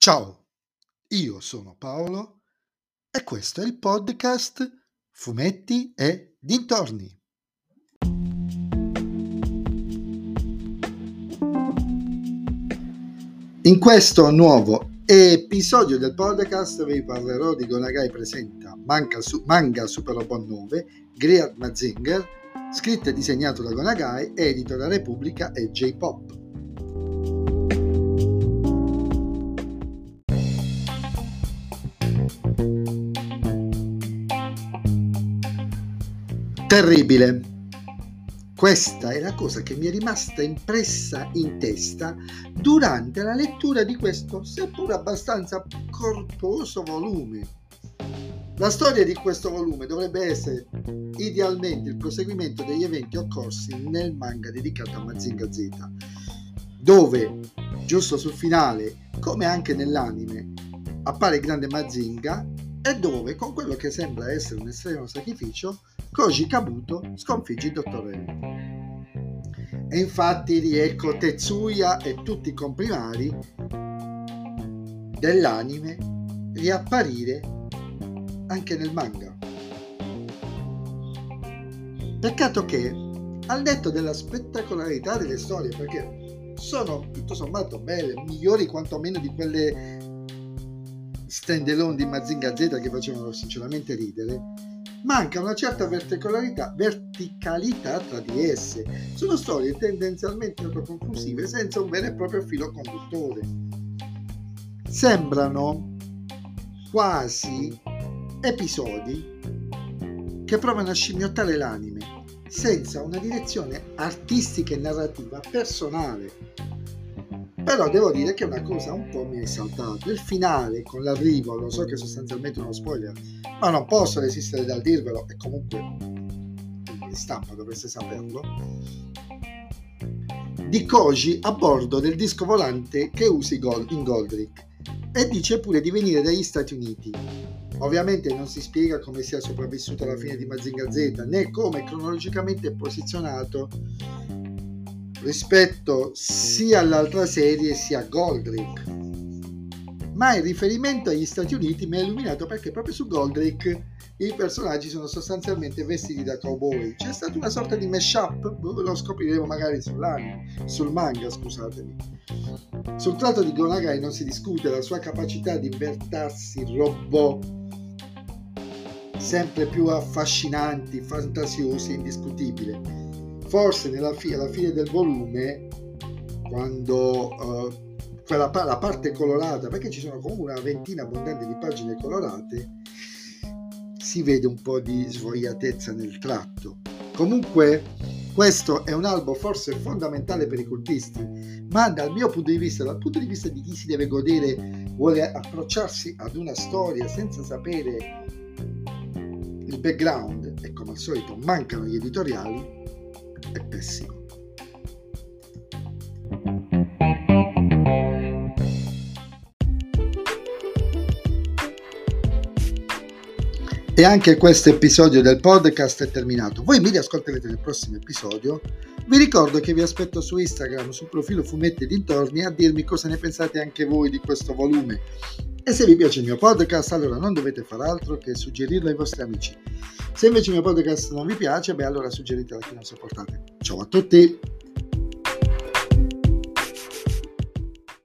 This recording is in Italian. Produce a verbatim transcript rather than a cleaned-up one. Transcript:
Ciao, io sono Paolo e questo è il podcast Fumetti e Dintorni. In questo nuovo episodio del podcast vi parlerò di Go Nagai presenta Manga, su- Manga Super Robot nove, Great Mazinger, scritto e disegnato da Go Nagai, edito da Repubblica e J-Pop. Terribile. Questa è la cosa che mi è rimasta impressa in testa durante la lettura di questo, seppur abbastanza corposo volume. La storia di questo volume dovrebbe essere idealmente il proseguimento degli eventi occorsi nel manga dedicato a Mazinger Z, dove, giusto sul finale, come anche nell'anime, appare il grande Mazinga e dove, con quello che sembra essere un estremo sacrificio, Koji Kabuto sconfigge il dottor Eren. E infatti riecco Tetsuya e tutti i comprimari dell'anime riapparire anche nel manga. Peccato che, al netto della spettacolarità delle storie, perché sono tutto sommato belle, migliori quantomeno di quelle stand alone di Mazinger Z che facevano sinceramente ridere, manca una certa verticalità, verticalità tra di esse. Sono storie tendenzialmente autoconclusive senza un vero e proprio filo conduttore. Sembrano quasi episodi che provano a scimmiottare l'anime senza una direzione artistica e narrativa personale. Però devo dire che una cosa un po' mi ha esaltato. Il finale con l'arrivo, lo so che è sostanzialmente uno spoiler, ma non posso resistere dal dirvelo, e comunque di stampa dovreste saperlo, di Koji a bordo del disco volante che usa in Goldrick, e dice pure di venire dagli Stati Uniti. Ovviamente non si spiega come sia sopravvissuto alla fine di Mazinger Z, né come cronologicamente è posizionato rispetto sia all'altra serie sia a Goldrick, ma il riferimento agli Stati Uniti mi ha illuminato perché proprio su Goldrick i personaggi sono sostanzialmente vestiti da cowboy. C'è stata una sorta di mashup, lo scopriremo magari sull'anime, sul manga, scusatemi. Sul tratto di Go Nagai non si discute, la sua capacità di inventarsi robot sempre più affascinanti, fantasiosi, indiscutibile. Forse nella fi- alla fine del volume, quando uh, quella pa- la parte colorata, perché ci sono comunque una ventina abbondante di pagine colorate, si vede un po' di svogliatezza nel tratto. Comunque questo è un albo forse fondamentale per i cultisti, ma dal mio punto di vista, dal punto di vista di chi si deve godere, vuole approcciarsi ad una storia senza sapere il background, e come al solito mancano gli editoriali, è pessimo. E anche questo episodio del podcast è terminato. Voi mi riascolterete nel prossimo episodio. Vi ricordo che vi aspetto su Instagram, sul profilo Fumetti e Dintorni, a dirmi cosa ne pensate anche voi di questo volume. E se vi piace il mio podcast, allora non dovete far altro che suggerirlo ai vostri amici. Se invece il mio podcast non vi piace, beh allora suggeritelo a chi non sopportate. Ciao a tutti!